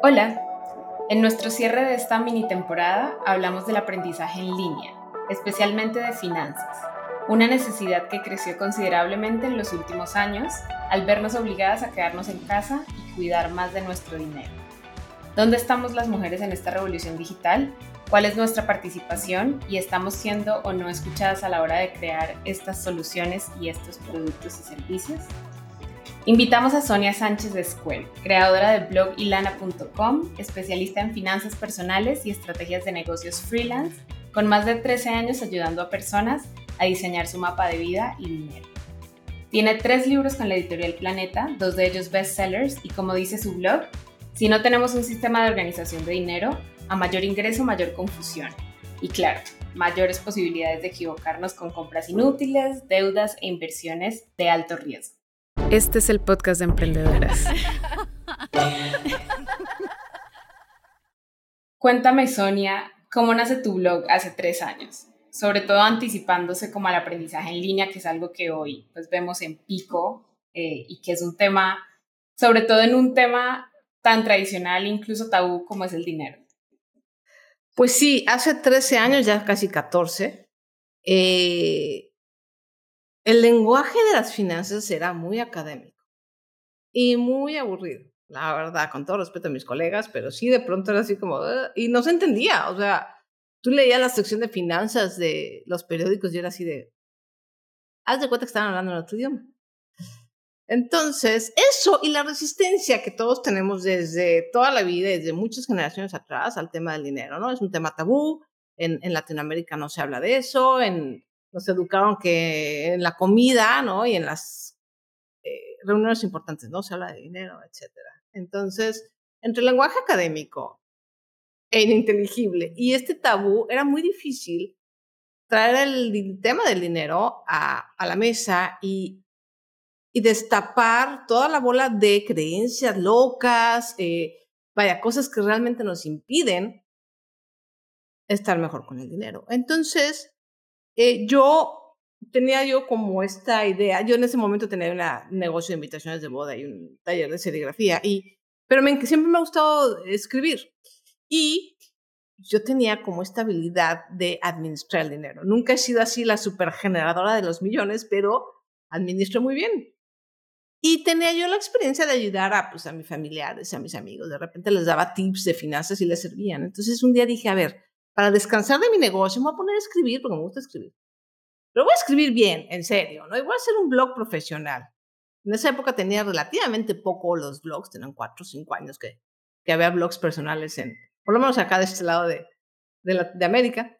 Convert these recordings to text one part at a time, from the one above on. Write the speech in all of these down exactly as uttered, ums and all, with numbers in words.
Hola, en nuestro cierre de esta mini temporada hablamos del aprendizaje en línea, especialmente de finanzas, una necesidad que creció considerablemente en los últimos años al vernos obligadas a quedarnos en casa y cuidar más de nuestro dinero. ¿Dónde estamos las mujeres en esta revolución digital? ¿Cuál es nuestra participación? ¿Y estamos siendo o no escuchadas a la hora de crear estas soluciones y estos productos y servicios? Invitamos a Sonia Sánchez de Square, creadora del blog ilana punto com, especialista en finanzas personales y estrategias de negocios freelance, con más de trece años ayudando a personas a diseñar su mapa de vida y dinero. Tiene tres libros con la editorial Planeta, dos de ellos bestsellers, y como dice su blog, si no tenemos un sistema de organización de dinero, a mayor ingreso, mayor confusión. Y claro, mayores posibilidades de equivocarnos con compras inútiles, deudas e inversiones de alto riesgo. Este es el podcast de emprendedoras. Cuéntame, Sonia, ¿cómo nace tu blog hace tres años? Sobre todo anticipándose como al aprendizaje en línea, que es algo que hoy pues, vemos en pico eh, y que es un tema, sobre todo en un tema tan tradicional, incluso tabú como es el dinero. Pues sí, hace trece años, ya casi catorce, eh, el lenguaje de las finanzas era muy académico y muy aburrido, la verdad, con todo respeto a mis colegas, pero sí de pronto era así como, uh, y no se entendía, o sea, tú leías la sección de finanzas de los periódicos y era así de, haz de cuenta que estaban hablando en otro idioma. Entonces, eso y la resistencia que todos tenemos desde toda la vida, desde muchas generaciones atrás, al tema del dinero, ¿no? Es un tema tabú, en, en Latinoamérica no se habla de eso, en, nos educaron que en la comida, ¿no? Y en las eh, reuniones importantes no se habla de dinero, etcétera. Entonces, entre el lenguaje académico e ininteligible y este tabú, era muy difícil traer el tema del dinero a, a la mesa y y destapar toda la bola de creencias locas, eh, vaya, cosas que realmente nos impiden estar mejor con el dinero. Entonces, eh, yo tenía yo como esta idea, yo en ese momento tenía un negocio de invitaciones de boda y un taller de serigrafía, y, pero me, siempre me ha gustado escribir. Y yo tenía como esta habilidad de administrar el dinero. Nunca he sido así la supergeneradora de los millones, pero administro muy bien. Y tenía yo la experiencia de ayudar a, pues, a mis familiares, a mis amigos. De repente les daba tips de finanzas y les servían. Entonces un día dije, a ver, para descansar de mi negocio me voy a poner a escribir, porque me gusta escribir. Pero voy a escribir bien, en serio, ¿no? Y voy a hacer un blog profesional. En esa época tenía relativamente poco los blogs, tenían cuatro o cinco años que, que había blogs personales, en, por lo menos acá de este lado de, de, la, de América.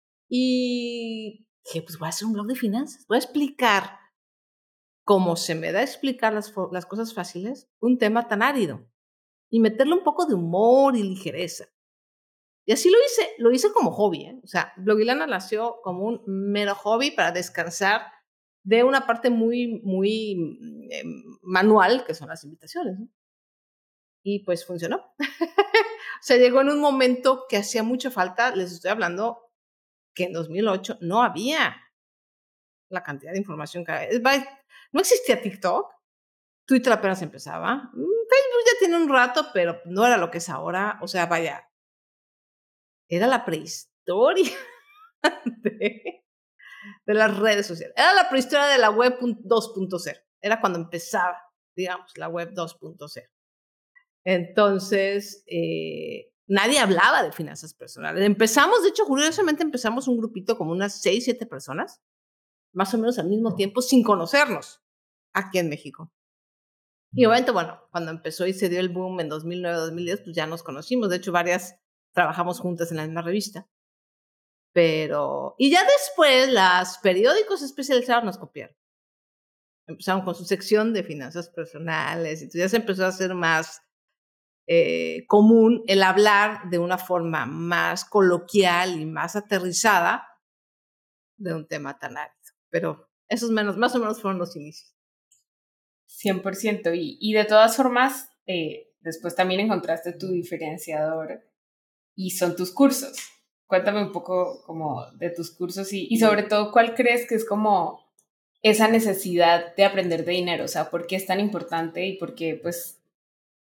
Y dije, pues voy a hacer un blog de finanzas. Voy a explicar, como se me da explicar las, las cosas fáciles, un tema tan árido y meterle un poco de humor y ligereza. Y así lo hice, lo hice como hobby, ¿eh? O sea, Blogilana nació como un mero hobby para descansar de una parte muy, muy eh, manual, que son las invitaciones, ¿no? Y pues funcionó. O sea, llegó en un momento que hacía mucha falta, les estoy hablando que en dos mil ocho no había la cantidad de información que hay. No existía TikTok, Twitter apenas empezaba, Facebook ya tiene un rato, pero no era lo que es ahora. O sea, vaya, era la prehistoria de, de las redes sociales. Era la prehistoria de la web dos punto cero. Era cuando empezaba, digamos, la web dos punto cero. Entonces, eh, nadie hablaba de finanzas personales. Empezamos, de hecho, curiosamente empezamos un grupito como unas seis, siete personas, más o menos al mismo tiempo, sin conocernos, aquí en México. Y obviamente, bueno, cuando empezó y se dio el boom en dos mil nueve, dos mil diez, pues ya nos conocimos. De hecho, varias trabajamos juntas en la misma revista. Pero, y ya después, los periódicos especializados nos copiaron. Empezaron con su sección de finanzas personales, y ya se empezó a hacer más eh, común el hablar de una forma más coloquial y más aterrizada de un tema tan árido. Pero esos menos, más o menos fueron los inicios. cien por ciento. Y, y de todas formas, eh, después también encontraste tu diferenciador y son tus cursos. Cuéntame un poco como de tus cursos y, y sobre todo, ¿cuál crees que es como esa necesidad de aprender de dinero? O sea, ¿por qué es tan importante y por qué, pues,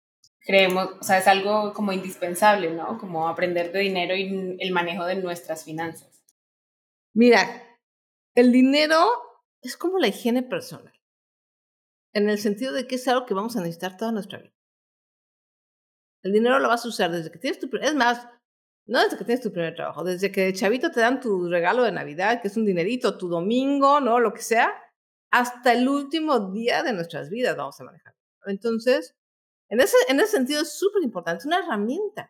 creemos, o sea, es algo como indispensable, ¿no? Como aprender de dinero y el manejo de nuestras finanzas. Mira, el dinero es como la higiene personal, en el sentido de que es algo que vamos a necesitar toda nuestra vida. El dinero lo vas a usar desde que tienes tu... Es más, no desde que tienes tu primer trabajo, desde que de chavito te dan tu regalo de Navidad, que es un dinerito, tu domingo, ¿no? Lo que sea, hasta el último día de nuestras vidas vamos a manejar. Entonces, en ese, en ese sentido es súper importante, es una herramienta.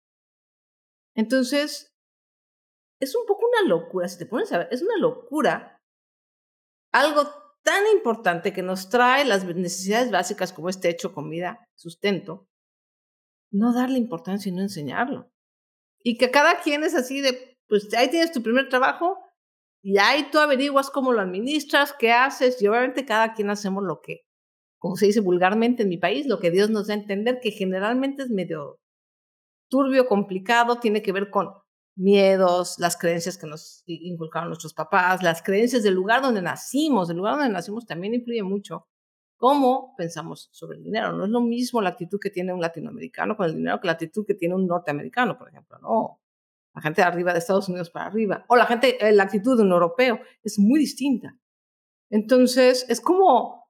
Entonces, es un poco una locura, si te pones a ver, es una locura algo tan importante que nos trae las necesidades básicas como es techo, comida, sustento, no darle importancia y no enseñarlo. Y que cada quien es así de, pues ahí tienes tu primer trabajo y ahí tú averiguas cómo lo administras, qué haces, y obviamente cada quien hacemos lo que, como se dice vulgarmente en mi país, lo que Dios nos da a entender, que generalmente es medio turbio, complicado, tiene que ver con miedos, las creencias que nos inculcaron nuestros papás, las creencias del lugar donde nacimos. El lugar donde nacimos también influye mucho cómo pensamos sobre el dinero. No es lo mismo la actitud que tiene un latinoamericano con el dinero que la actitud que tiene un norteamericano, por ejemplo. No, la gente de arriba de Estados Unidos para arriba, o la gente, la actitud de un europeo es muy distinta. Entonces, es como,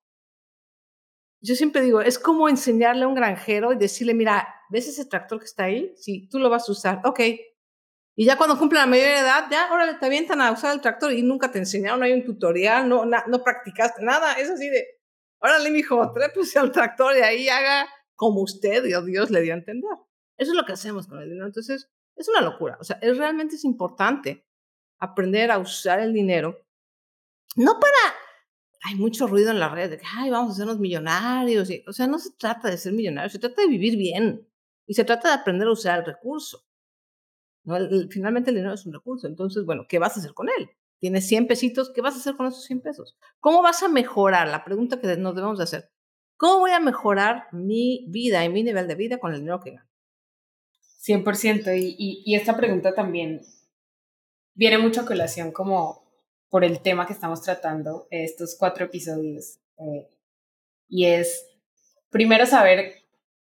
yo siempre digo, es como enseñarle a un granjero y decirle, mira, ¿ves ese tractor que está ahí? Sí, tú lo vas a usar. Ok. Y ya cuando cumple la mayoría de edad, ya, ahora te avientan a usar el tractor y nunca te enseñaron, no hay un tutorial, no, na, no practicaste nada. Es así de, órale, mijo, trépese al tractor y ahí haga como usted, Dios, Dios le dio a entender. Eso es lo que hacemos con el dinero. Entonces, es una locura. O sea, es, realmente es importante aprender a usar el dinero, no para... Hay mucho ruido en la red de que, ay, vamos a hacernos millonarios. Y, o sea, no se trata de ser millonarios, se trata de vivir bien. Y se trata de aprender a usar el recurso. ¿No? El, el, finalmente el dinero es un recurso. Entonces, bueno, ¿qué vas a hacer con él? Tienes cien pesitos, ¿qué vas a hacer con esos cien pesos? ¿Cómo vas a mejorar? La pregunta que nos debemos de hacer. ¿Cómo voy a mejorar mi vida y mi nivel de vida con el dinero que gano? cien por ciento. Y, y, y esta pregunta también viene mucho a colación como por el tema que estamos tratando estos cuatro episodios. Eh, y es, primero, saber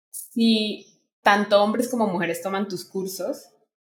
si tanto hombres como mujeres toman tus cursos.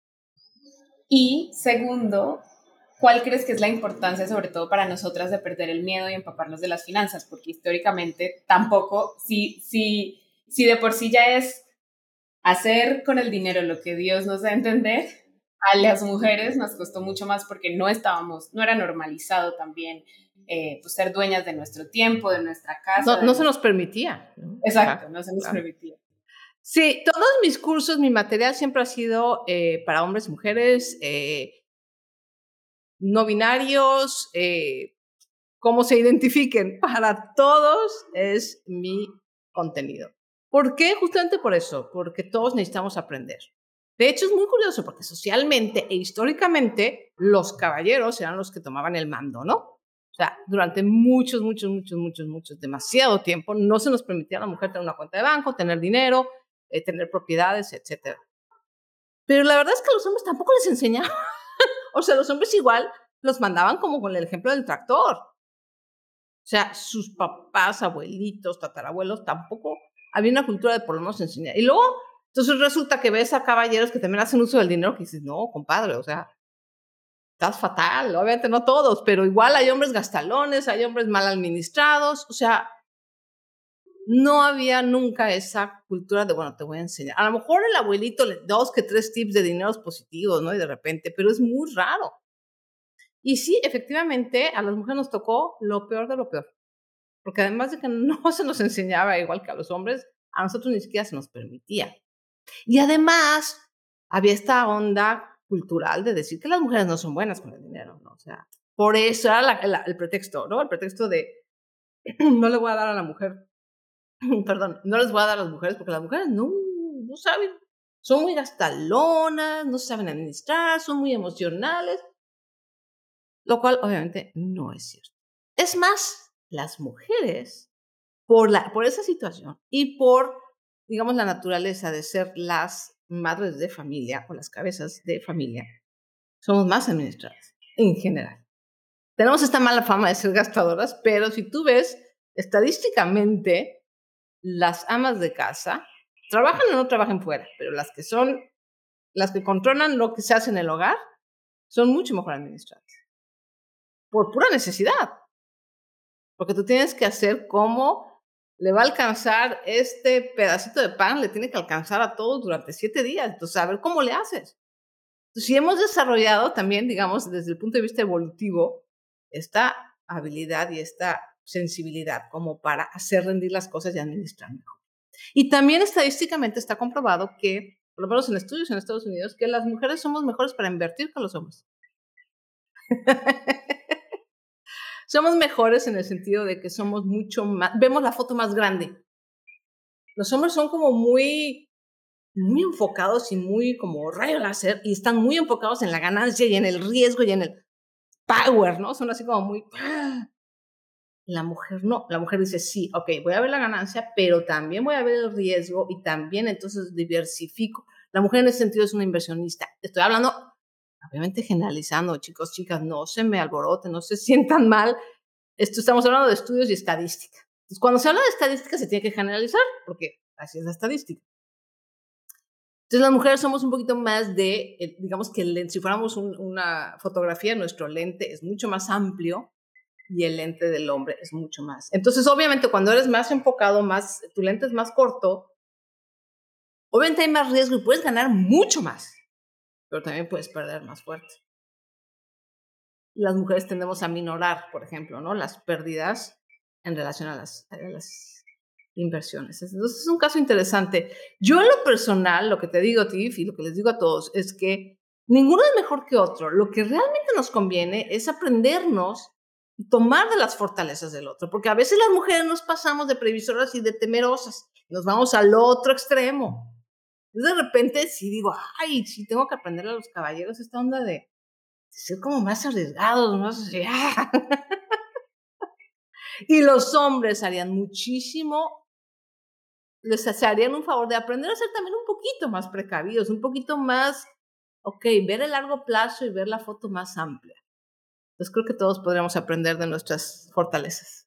Y segundo, ¿cuál crees que es la importancia, sobre todo para nosotras, de perder el miedo y empaparnos de las finanzas? Porque históricamente tampoco, si, si, si de por sí ya es hacer con el dinero lo que Dios nos da a entender, a las mujeres nos costó mucho más porque no estábamos, no era normalizado también eh, pues ser dueñas de nuestro tiempo, de nuestra casa. No, no se nos permitía. ¿no? Exacto, claro, no se nos claro. permitía. Sí, todos mis cursos, mi material siempre ha sido eh, para hombres y mujeres, eh, no binarios, eh, cómo se identifiquen. Para todos es mi contenido. ¿Por qué? Justamente por eso, porque todos necesitamos aprender. De hecho, es muy curioso porque socialmente e históricamente los caballeros eran los que tomaban el mando, ¿no? O sea, durante muchos, muchos, muchos, muchos, muchos, demasiado tiempo no se nos permitía a la mujer tener una cuenta de banco, tener dinero, eh, tener propiedades, etcétera. Pero la verdad es que a los hombres tampoco les enseñaban. O sea, los hombres igual los mandaban como con el ejemplo del tractor. O sea, sus papás, abuelitos, tatarabuelos, tampoco había una cultura de por lo menos enseñar. Y luego, entonces resulta que ves a caballeros que también hacen uso del dinero que dices, no, compadre, o sea, estás fatal. Obviamente no todos, pero igual hay hombres gastalones, hay hombres mal administrados. O sea, no había nunca esa cultura de, bueno, te voy a enseñar. A lo mejor el abuelito le dos que tres tips de dineros positivos, ¿no? Y de repente, pero es muy raro. Y sí, efectivamente, a las mujeres nos tocó lo peor de lo peor. Porque además de que no se nos enseñaba igual que a los hombres, a nosotros ni siquiera se nos permitía. Y además, había esta onda cultural de decir que las mujeres no son buenas con el dinero, ¿no? O sea, por eso era la, la, el pretexto, ¿no? El pretexto de no le voy a dar a la mujer, perdón, no les voy a dar a las mujeres porque las mujeres no, no saben, son muy gastalonas, no saben administrar, son muy emocionales, lo cual obviamente no es cierto. Es más, las mujeres, por, la, por esa situación y por, digamos, la naturaleza de ser las madres de familia o las cabezas de familia, somos más administradas en general. Tenemos esta mala fama de ser gastadoras, pero si tú ves estadísticamente, las amas de casa trabajan o no trabajen fuera, pero las que son, las que controlan lo que se hace en el hogar, son mucho mejor administradas. Por pura necesidad. Porque tú tienes que hacer cómo le va a alcanzar este pedacito de pan, le tiene que alcanzar a todos durante siete días. Entonces, a ver cómo le haces. Entonces, si hemos desarrollado también, digamos, desde el punto de vista evolutivo, esta habilidad y esta sensibilidad como para hacer rendir las cosas y administrar mejor. Y también estadísticamente está comprobado que, por lo menos en estudios en Estados Unidos, que las mujeres somos mejores para invertir que los hombres. Somos mejores en el sentido de que somos mucho más, vemos la foto más grande. Los hombres son como muy, muy enfocados y muy como rayo láser y están muy enfocados en la ganancia y en el riesgo y en el power, ¿no? Son así como muy... La mujer no, la mujer dice, sí, ok, voy a ver la ganancia, pero también voy a ver el riesgo y también entonces diversifico. La mujer en ese sentido es una inversionista. Estoy hablando, obviamente generalizando, chicos, chicas, no se me alboroten, no se sientan mal. Esto estamos hablando de estudios y estadística. Entonces, cuando se habla de estadística se tiene que generalizar, porque así es la estadística. Entonces, las mujeres somos un poquito más de, digamos que el, si fuéramos un, una fotografía, nuestro lente es mucho más amplio y el lente del hombre es mucho más. Entonces, obviamente, cuando eres más enfocado, más, tu lente es más corto, obviamente hay más riesgo y puedes ganar mucho más, pero también puedes perder más fuerte. Las mujeres tendemos a minorar, por ejemplo, ¿no? Las pérdidas en relación a las, a las inversiones. Entonces, es un caso interesante. Yo, en lo personal, lo que te digo, Tiff, y lo que les digo a todos, es que ninguno es mejor que otro. Lo que realmente nos conviene es aprendernos y tomar de las fortalezas del otro, porque a veces las mujeres nos pasamos de previsoras y de temerosas, nos vamos al otro extremo. Entonces, de repente, si digo, ay, sí tengo que aprender a los caballeros esta onda de ser como más arriesgados, más así, ¡ah! Y los hombres harían muchísimo, les harían un favor de aprender a ser también un poquito más precavidos, un poquito más, ok, ver el largo plazo y ver la foto más amplia. Entonces creo que todos podríamos aprender de nuestras fortalezas.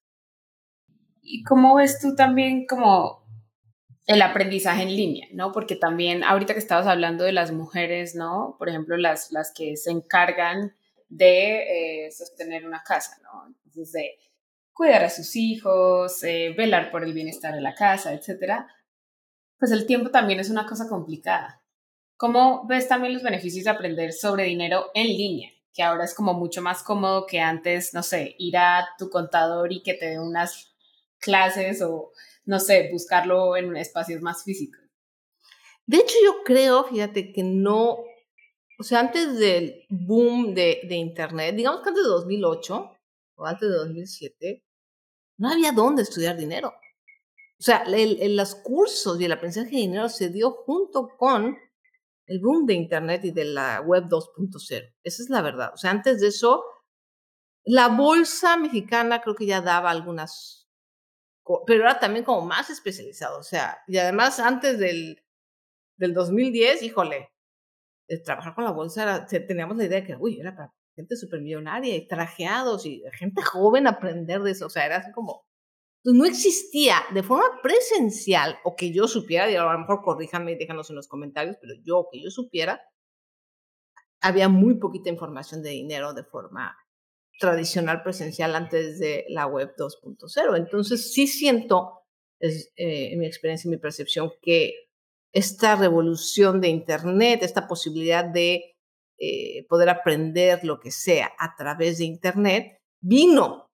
¿Y cómo ves tú también como el aprendizaje en línea, ¿no? Porque también ahorita que estabas hablando de las mujeres, ¿no? Por ejemplo, las, las que se encargan de eh, sostener una casa, ¿no? Entonces, de cuidar a sus hijos, eh, velar por el bienestar de la casa, etcétera. Pues el tiempo también es una cosa complicada. ¿Cómo ves también los beneficios de aprender sobre dinero en línea? Que ahora es como mucho más cómodo que antes, no sé, ir a tu contador y que te dé unas clases o, no sé, buscarlo en espacios más físicos. De hecho, yo creo, fíjate, que no, o sea, antes del boom de, de Internet, digamos que antes de dos mil ocho o antes de dos mil siete, no había dónde estudiar dinero. O sea, el, el, los cursos y el aprendizaje de dinero se dio junto con el boom de Internet y de la web dos punto cero. Esa es la verdad. O sea, antes de eso, la bolsa mexicana creo que ya daba algunas, pero era también como más especializado. O sea, y además antes del, del dos mil diez, híjole, de trabajar con la bolsa, era, teníamos la idea de que, uy, era para gente supermillonaria y trajeados y gente joven aprender de eso. O sea, era así como... Entonces, no existía de forma presencial, o que yo supiera, y a lo mejor corríjanme y déjanos en los comentarios, pero yo, que yo supiera, había muy poquita información de dinero de forma tradicional presencial antes de la web dos punto cero. Entonces, sí siento, es, eh, en mi experiencia y mi percepción, que esta revolución de Internet, esta posibilidad de eh, poder aprender lo que sea a través de Internet, vino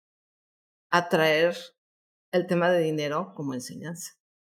a traer el tema de dinero como enseñanza.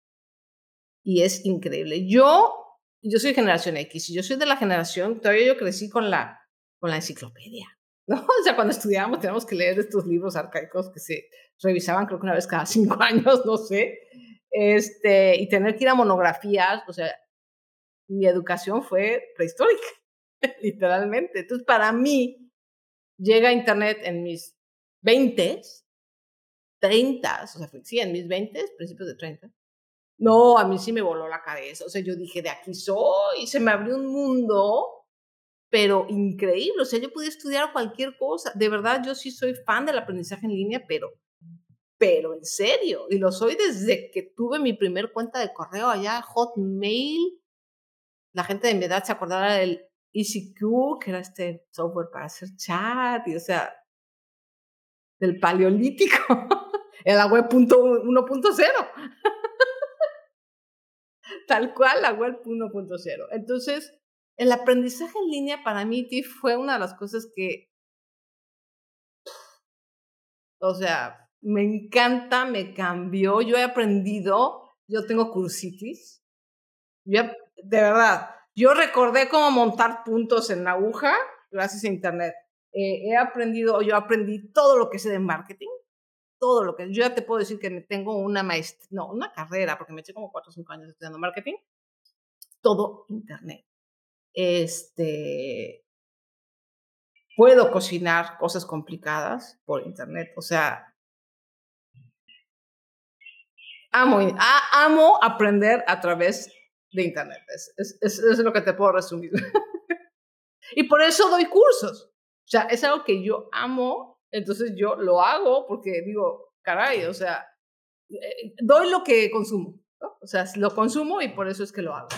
Y es increíble. Yo, yo soy generación X, y yo soy de la generación, todavía yo crecí con la, con la enciclopedia, ¿no? O sea, cuando estudiábamos teníamos que leer estos libros arcaicos que se revisaban creo que una vez cada cinco años, no sé, este, y tener que ir a monografías, o sea, mi educación fue prehistórica, literalmente. Entonces, para mí, llega Internet en mis veintes, treintas, o sea, sí, en mis veintes, principios de treinta. No, a mí sí me voló la cabeza. O sea, yo dije, de aquí soy. Se me abrió un mundo, pero increíble. O sea, yo podía estudiar cualquier cosa. De verdad, yo sí soy fan del aprendizaje en línea, pero pero en serio, y lo soy desde que tuve mi primer cuenta de correo allá, Hotmail. La gente de mi edad se acordará del I C Q, que era este software para hacer chat, y o sea, del paleolítico, en la web uno punto cero. Tal cual, la web uno punto cero. Entonces, el aprendizaje en línea para mí, Tiff, fue una de las cosas que, o sea, me encanta, me cambió. Yo he aprendido, yo tengo cursitis, yo, de verdad, yo recordé cómo montar puntos en la aguja gracias a internet. Eh, he aprendido, yo aprendí todo lo que sé de marketing, todo lo que, yo ya te puedo decir que tengo una maestría, no, una carrera, porque me eché como cuatro o cinco años estudiando marketing, todo internet. Este, puedo cocinar cosas complicadas por internet, o sea, amo, a, amo aprender a través de internet, es, es, es, es lo que te puedo resumir. Y por eso doy cursos, o sea, es algo que yo amo, entonces yo lo hago porque digo, caray, o sea, eh, doy lo que consumo, ¿no? O sea, lo consumo y por eso es que lo hago.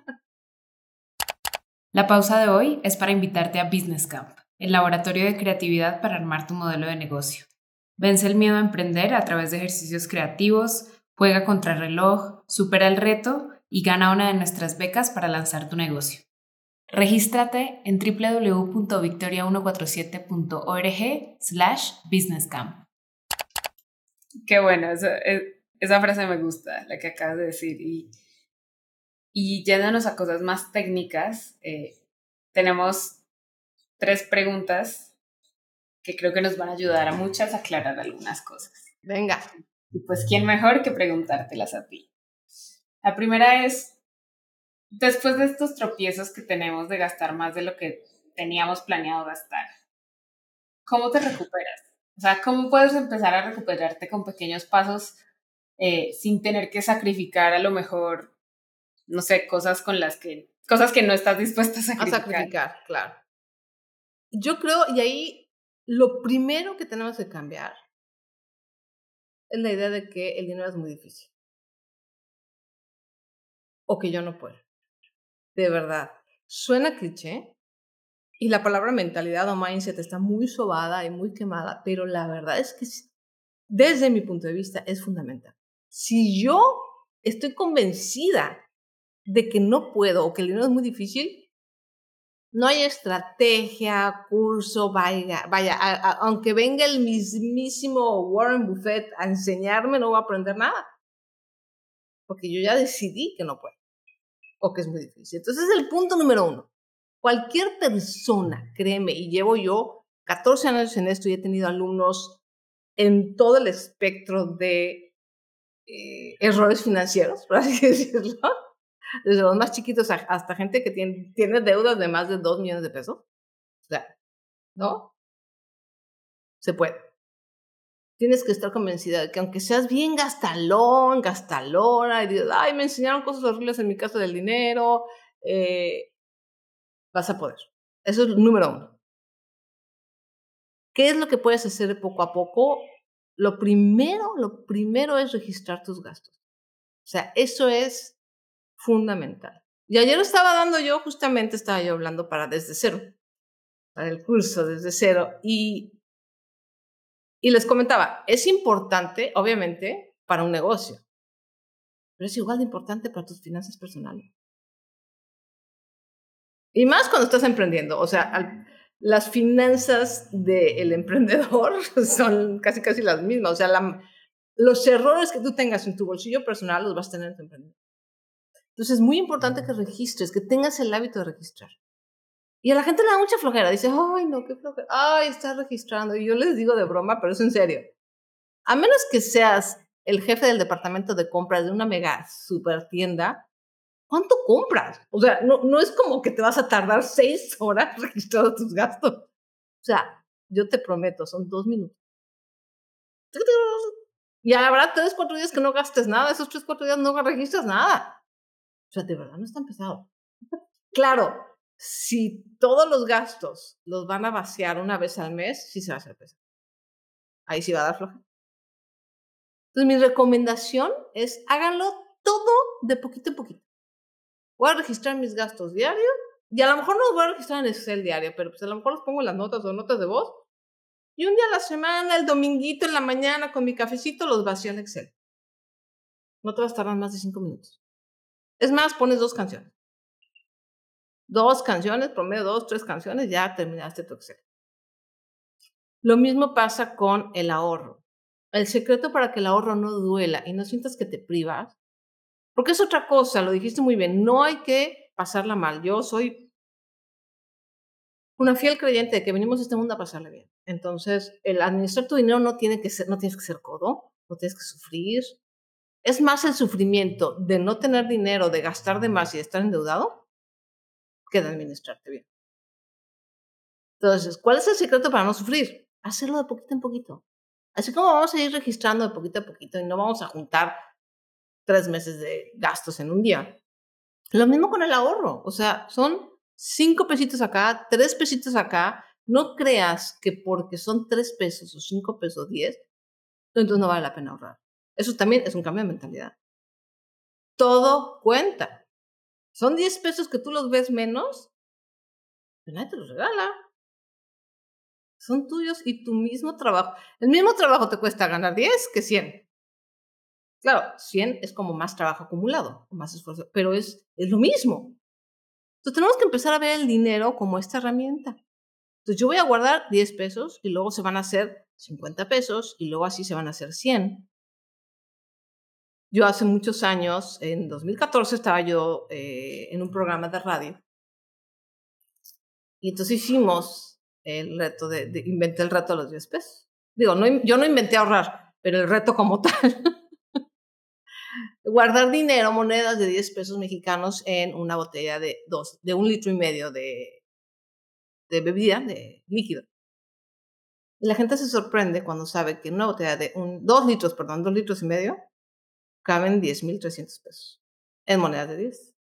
La pausa de hoy es para invitarte a Business Camp, el laboratorio de creatividad para armar tu modelo de negocio. Vence el miedo a emprender a través de ejercicios creativos, juega contra reloj, supera el reto y gana una de nuestras becas para lanzar tu negocio. Regístrate en w w w punto victoria ciento cuarenta y siete punto org slash businesscamp. Qué bueno, esa, esa frase me gusta, la que acabas de decir. Y, y yéndonos a cosas más técnicas, eh, tenemos tres preguntas que creo que nos van a ayudar a muchas a aclarar algunas cosas. Venga. Y pues, ¿quién mejor que preguntártelas a ti? La primera es, después de estos tropiezos que tenemos de gastar más de lo que teníamos planeado gastar, ¿cómo te recuperas? O sea, ¿cómo puedes empezar a recuperarte con pequeños pasos eh, sin tener que sacrificar a lo mejor, no sé, cosas con las que, cosas que no estás dispuesta a sacrificar? A sacrificar, claro. Yo creo, y ahí lo primero que tenemos que cambiar es la idea de que el dinero es muy difícil. O que yo no puedo. De verdad. Suena cliché. Y la palabra mentalidad o mindset está muy sobada y muy quemada, pero la verdad es que desde mi punto de vista es fundamental. Si yo estoy convencida de que no puedo o que el dinero es muy difícil, no hay estrategia, curso, vaya, vaya a, a, aunque venga el mismísimo Warren Buffett a enseñarme, no voy a aprender nada. Porque yo ya decidí que no puedo o que es muy difícil. Entonces es el punto número uno. Cualquier persona, créeme, y llevo yo catorce años en esto y he tenido alumnos en todo el espectro de eh, errores financieros, por así decirlo, desde los más chiquitos hasta gente que tiene, tiene deudas de más de dos millones de pesos. O sea, ¿no? Se puede. Tienes que estar convencida de que aunque seas bien gastalón, gastalona, y dices, ay, me enseñaron cosas horribles en mi casa del dinero, eh, vas a poder. Eso es el número uno. ¿Qué es lo que puedes hacer poco a poco? Lo primero, lo primero es registrar tus gastos. O sea, eso es fundamental. Y ayer estaba dando yo, justamente estaba yo hablando para Desde Cero, para el curso Desde Cero, y, y les comentaba, es importante, obviamente, para un negocio, pero es igual de importante para tus finanzas personales. Y más cuando estás emprendiendo, o sea, al, las finanzas del emprendedor son casi casi las mismas, o sea, la, los errores que tú tengas en tu bolsillo personal los vas a tener en tu emprendimiento. Entonces es muy importante que registres, que tengas el hábito de registrar. Y a la gente le da mucha flojera, dice, ay no, qué flojera, ay, estás registrando, y yo les digo de broma, pero es en serio. A menos que seas el jefe del departamento de compras de una mega super tienda, ¿cuánto compras? O sea, no, no es como que te vas a tardar seis horas registrando tus gastos. O sea, yo te prometo, son dos minutos. Y habrá tres, cuatro días que no gastes nada. Esos tres, cuatro días no registras nada. O sea, de verdad no es tan pesado. Claro, si todos los gastos los van a vaciar una vez al mes, sí se va a hacer pesado. Ahí sí va a dar floja. Entonces, mi recomendación es háganlo todo de poquito en poquito. Voy a registrar mis gastos diarios y a lo mejor no los voy a registrar en Excel diario, pero pues a lo mejor los pongo en las notas o notas de voz. Y un día a la semana, el dominguito en la mañana, con mi cafecito, los vacío en Excel. No te vas a tardar más de cinco minutos. Es más, pones dos canciones. Dos canciones, promedio dos, tres canciones, ya terminaste tu Excel. Lo mismo pasa con el ahorro. El secreto para que el ahorro no duela y no sientas que te privas, porque es otra cosa, lo dijiste muy bien, no hay que pasarla mal. Yo soy una fiel creyente de que venimos a este mundo a pasarla bien. Entonces, el administrar tu dinero no tiene que ser, no tienes que ser codo, no tienes que sufrir. Es más el sufrimiento de no tener dinero, de gastar de más y de estar endeudado, que de administrarte bien. Entonces, ¿cuál es el secreto para no sufrir? Hacerlo de poquito en poquito. Así como vamos a ir registrando de poquito a poquito y no vamos a juntar tres meses de gastos en un día. Lo mismo con el ahorro. O sea, son cinco pesitos acá, tres pesitos acá. No creas que porque son tres pesos o cinco pesos, diez, entonces no vale la pena ahorrar. Eso también es un cambio de mentalidad. Todo cuenta. Son diez pesos que tú los ves menos, pero nadie te los regala. Son tuyos y tu mismo trabajo. El mismo trabajo te cuesta ganar diez que cien. Claro, cien es como más trabajo acumulado, más esfuerzo, pero es, es lo mismo. Entonces tenemos que empezar a ver el dinero como esta herramienta. Entonces yo voy a guardar diez pesos y luego se van a hacer cincuenta pesos y luego así se van a hacer cien. Yo hace muchos años, en dos mil catorce, estaba yo eh, en un programa de radio y entonces hicimos el reto de, de inventé el reto de los diez pesos. Digo, no, yo no inventé ahorrar, pero el reto como tal. Guardar dinero, monedas de diez pesos mexicanos en una botella de dos, de un litro y medio de, de bebida, de líquido. Y la gente se sorprende cuando sabe que en una botella de un, dos litros, perdón, dos litros y medio, caben diez mil trescientos pesos en monedas de diez.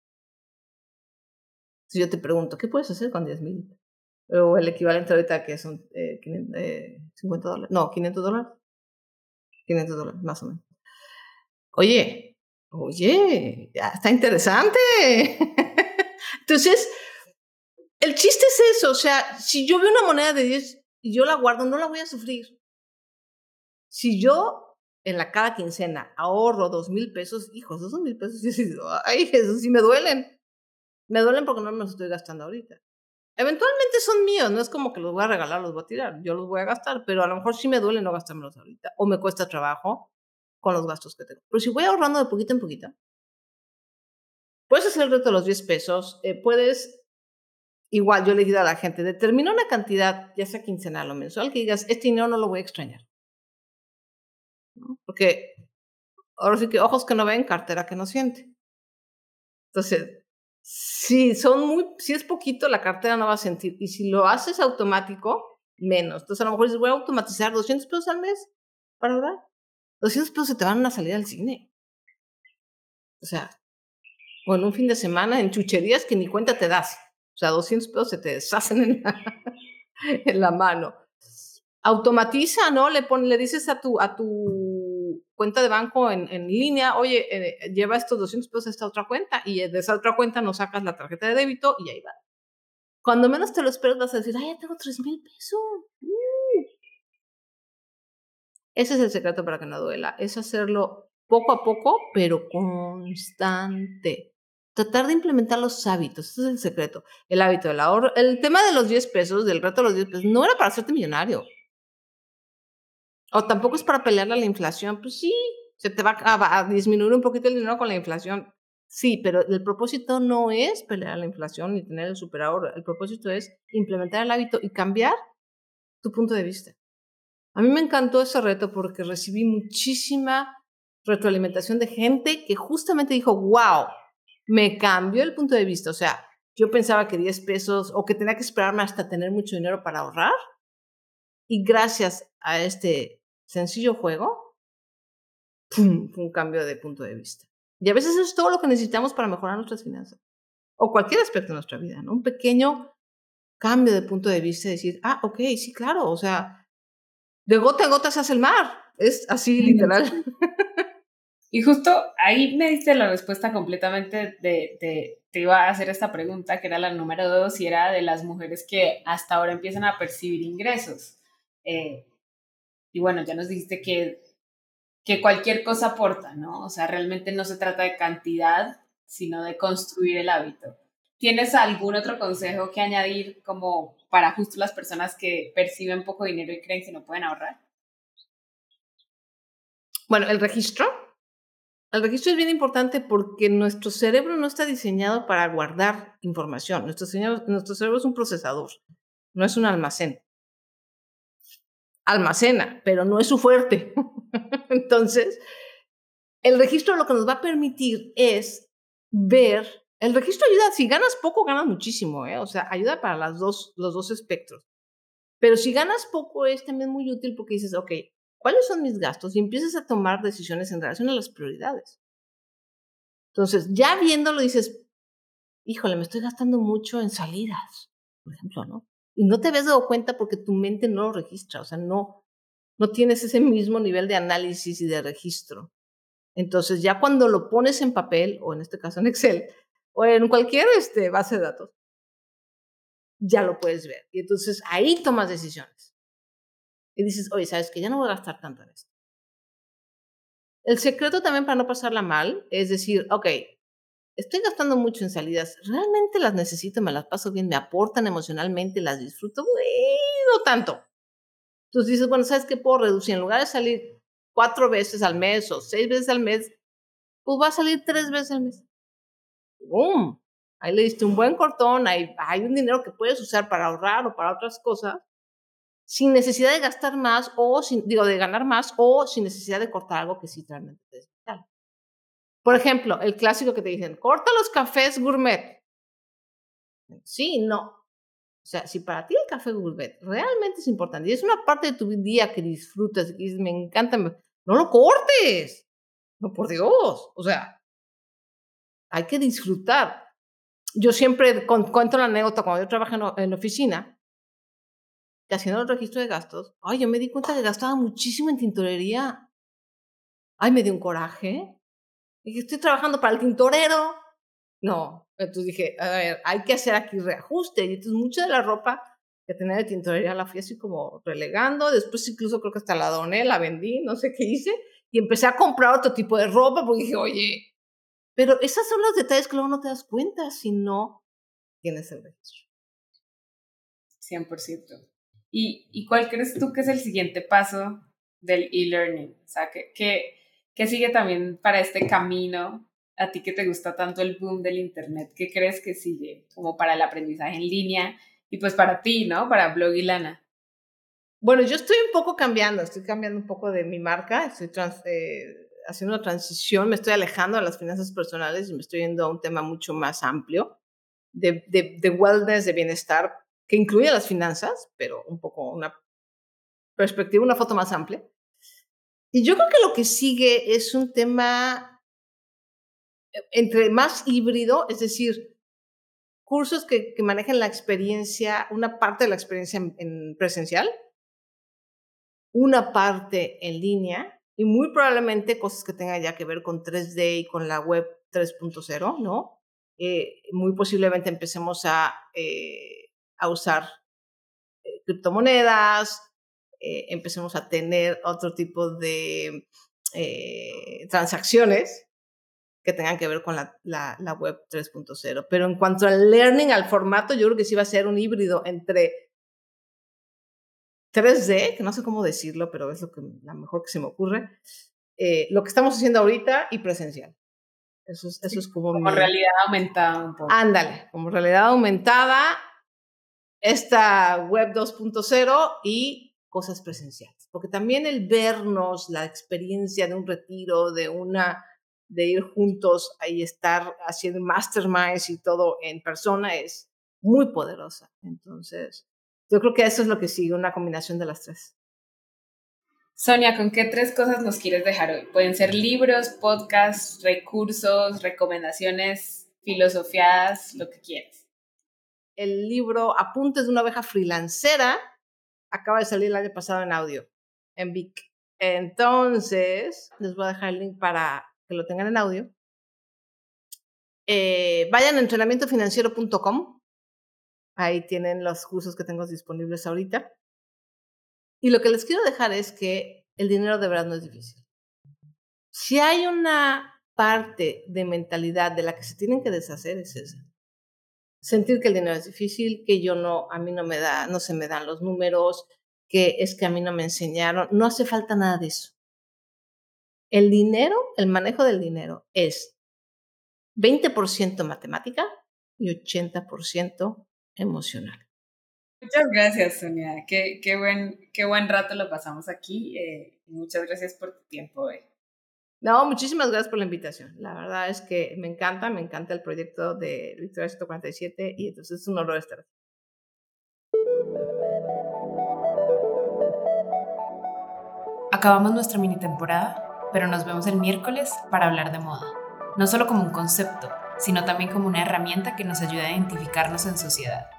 Si yo te pregunto, ¿qué puedes hacer con diez mil? O el equivalente ahorita que son eh, quinientos, eh, cincuenta dólares. No, quinientos dólares. quinientos dólares, más o menos. Oye, oye, ya está interesante. Entonces, el chiste es eso. O sea, si yo veo una moneda de diez y yo la guardo, no la voy a sufrir. Si yo en la cada quincena ahorro dos mil pesos, hijos, dos mil pesos, yo digo, ay, Jesús, sí me duelen. Me duelen porque no me los estoy gastando ahorita. Eventualmente son míos, no es como que los voy a regalar, los voy a tirar, yo los voy a gastar, pero a lo mejor sí me duele no gastármelos ahorita, o me cuesta trabajo con los gastos que tengo. Pero si voy ahorrando de poquito en poquito, puedes hacer el reto de los diez pesos, eh, puedes, igual yo le digo a la gente, determina una cantidad, ya sea quincenal o mensual, que digas, este dinero no lo voy a extrañar. ¿No? Porque ahora sí que ojos que no ven, cartera que no siente. Entonces, si son muy, si es poquito, la cartera no va a sentir. Y si lo haces automático, menos. Entonces, a lo mejor dices, voy a automatizar doscientos pesos al mes para ahorrar. doscientos pesos se te van a salir al cine. O sea, o en un fin de semana en chucherías que ni cuenta te das. O sea, doscientos pesos se te deshacen en la, en la mano. Automatiza, ¿no? Le, pon, le dices a tu, a tu cuenta de banco en, en línea, oye, eh, lleva estos doscientos pesos a esta otra cuenta y de esa otra cuenta nos sacas la tarjeta de débito y ahí va. Cuando menos te lo esperas vas a decir, ay, ya tengo tres mil pesos. Uh. Ese es el secreto para que no duela, es hacerlo poco a poco, pero constante. Tratar de implementar los hábitos, ese es el secreto. El hábito del ahorro. El tema de los diez pesos, del reto de los diez pesos, no era para hacerte millonario. O tampoco es para pelearle a la inflación. Pues sí, se te va a, a disminuir un poquito el dinero con la inflación. Sí, pero el propósito no es pelear a la inflación ni tener el superahorro. El propósito es implementar el hábito y cambiar tu punto de vista. A mí me encantó ese reto porque recibí muchísima retroalimentación de gente que justamente dijo, wow, me cambió el punto de vista. O sea, yo pensaba que diez pesos o que tenía que esperarme hasta tener mucho dinero para ahorrar. Y gracias a este sencillo juego, ¡pum!, fue un cambio de punto de vista. Y a veces eso es todo lo que necesitamos para mejorar nuestras finanzas. O cualquier aspecto de nuestra vida, ¿no? Un pequeño cambio de punto de vista y decir, ah, ok, sí, claro, o sea, de gota en gota se hace el mar. es así literal. Y justo ahí me diste la respuesta completamente de, de, te iba a hacer esta pregunta, que era la número dos, y era de las mujeres que hasta ahora empiezan a percibir ingresos. Eh, y bueno, ya nos dijiste que, que cualquier cosa aporta, ¿no? O sea, realmente no se trata de cantidad, sino de construir el hábito. ¿Tienes algún otro consejo que añadir como para justo las personas que perciben poco dinero y creen que no pueden ahorrar? Bueno, el registro. El registro es bien importante porque nuestro cerebro no está diseñado para guardar información. Nuestro cerebro, nuestro cerebro es un procesador, no es un almacén. Almacena, pero no es su fuerte. Entonces, el registro lo que nos va a permitir es ver. El registro ayuda, si ganas poco, ganas muchísimo, ¿eh? O sea, ayuda para las dos, los dos espectros. Pero si ganas poco es también muy útil porque dices, ok, ¿cuáles son mis gastos? Y empiezas a tomar decisiones en relación a las prioridades. Entonces, ya viéndolo dices, híjole, me estoy gastando mucho en salidas, por ejemplo, ¿no? Y no te habías dado cuenta porque tu mente no lo registra, o sea, no, no tienes ese mismo nivel de análisis y de registro. Entonces, ya cuando lo pones en papel, o en este caso en Excel, o en cualquier este, base de datos, ya lo puedes ver. Y entonces ahí tomas decisiones. Y dices, oye, ¿sabes qué? Ya no voy a gastar tanto en esto. El secreto también para no pasarla mal es decir, ok, estoy gastando mucho en salidas, ¿realmente las necesito? ¿Me las paso bien? ¿Me aportan emocionalmente? ¿Las disfruto? No tanto. Entonces dices, bueno, ¿sabes qué puedo reducir? En lugar de salir cuatro veces al mes o seis veces al mes, pues va a salir tres veces al mes. ¡Bum! Ahí le diste un buen cortón, hay, hay un dinero que puedes usar para ahorrar o para otras cosas, sin necesidad de gastar más o, sin, digo, de ganar más o sin necesidad de cortar algo que sí realmente te es vital. Por ejemplo, el clásico que te dicen, corta los cafés gourmet. Sí, no. O sea, si para ti el café gourmet realmente es importante y es una parte de tu día que disfrutas y dices, me encanta, me... no lo cortes. No, por Dios. O sea, hay que disfrutar. Yo siempre con, cuento la anécdota cuando yo trabajé en, en oficina, que haciendo el registro de gastos, ay, yo me di cuenta que gastaba muchísimo en tintorería. Ay, me dio un coraje. Dije, estoy trabajando para el tintorero. No, entonces dije, a ver, hay que hacer aquí reajuste. Y entonces mucha de la ropa que tenía de tintorería la fui así como relegando. Después incluso creo que hasta la doné, la vendí, no sé qué hice. Y empecé a comprar otro tipo de ropa porque dije, oye, pero esos son los detalles que luego no te das cuenta si no tienes el registro. cien por ciento. ¿Y, ¿Y cuál crees tú que es el siguiente paso del e-learning? O sea, ¿qué, qué, qué sigue también para este camino? A ti que te gusta tanto el boom del Internet, ¿qué crees que sigue como para el aprendizaje en línea? Y pues para ti, ¿no? Para Blog y Lana. Bueno, yo estoy un poco cambiando, estoy cambiando un poco de mi marca, estoy trans, eh, haciendo una transición, me estoy alejando de las finanzas personales y me estoy yendo a un tema mucho más amplio de, de, de wellness, de bienestar, que incluye las finanzas, pero un poco una perspectiva, una foto más amplia. Y yo creo que lo que sigue es un tema entre más híbrido, es decir, cursos que, que manejen la experiencia, una parte de la experiencia en, en presencial, una parte en línea y muy probablemente cosas que tengan ya que ver con tres D y con la web tres punto cero, ¿no? Eh, muy posiblemente empecemos a, eh, a usar eh, criptomonedas, eh, empecemos a tener otro tipo de eh, transacciones que tengan que ver con la, la, la web tres punto cero. Pero en cuanto al learning, al formato, yo creo que sí va a ser un híbrido entre tres D, que no sé cómo decirlo, pero es lo que, la mejor que se me ocurre, eh, lo que estamos haciendo ahorita y presencial. Eso es, eso Sí, es como, como mi... realidad aumentada un poco. Ándale, como realidad aumentada, esta web dos punto cero y cosas presenciales. Porque también el vernos, la experiencia de un retiro, de una de ir juntos y estar haciendo masterminds y todo en persona es muy poderosa. Entonces, yo creo que eso es lo que sigue, una combinación de las tres. Sonia, ¿con qué tres cosas nos quieres dejar hoy? Pueden ser libros, podcasts, recursos, recomendaciones, filosofiadas, lo que quieras. El libro Apuntes de una oveja freelancera acaba de salir el año pasado en audio, en Vic. Entonces, les voy a dejar el link para que lo tengan en audio. Eh, vayan a entrenamiento financiero punto com. Ahí tienen los cursos que tengo disponibles ahorita. Y lo que les quiero dejar es que el dinero de verdad no es difícil. Si hay una parte de mentalidad de la que se tienen que deshacer, es esa. Sentir que el dinero es difícil, que yo no, a mí no me da, no se me dan los números, que es que a mí no me enseñaron. No hace falta nada de eso. El dinero, el manejo del dinero es veinte por ciento matemática y ochenta por ciento emocional. Muchas gracias, Sonia. Qué, qué, buen, qué buen rato lo pasamos aquí. Eh, muchas gracias por tu tiempo hoy. No, muchísimas gracias por la invitación. La verdad es que me encanta, me encanta el proyecto de Victoria ciento cuarenta y siete y entonces es un honor estar aquí. Acabamos nuestra mini temporada, pero nos vemos el miércoles para hablar de moda. No solo como un concepto, sino también como una herramienta que nos ayuda a identificarnos en sociedad.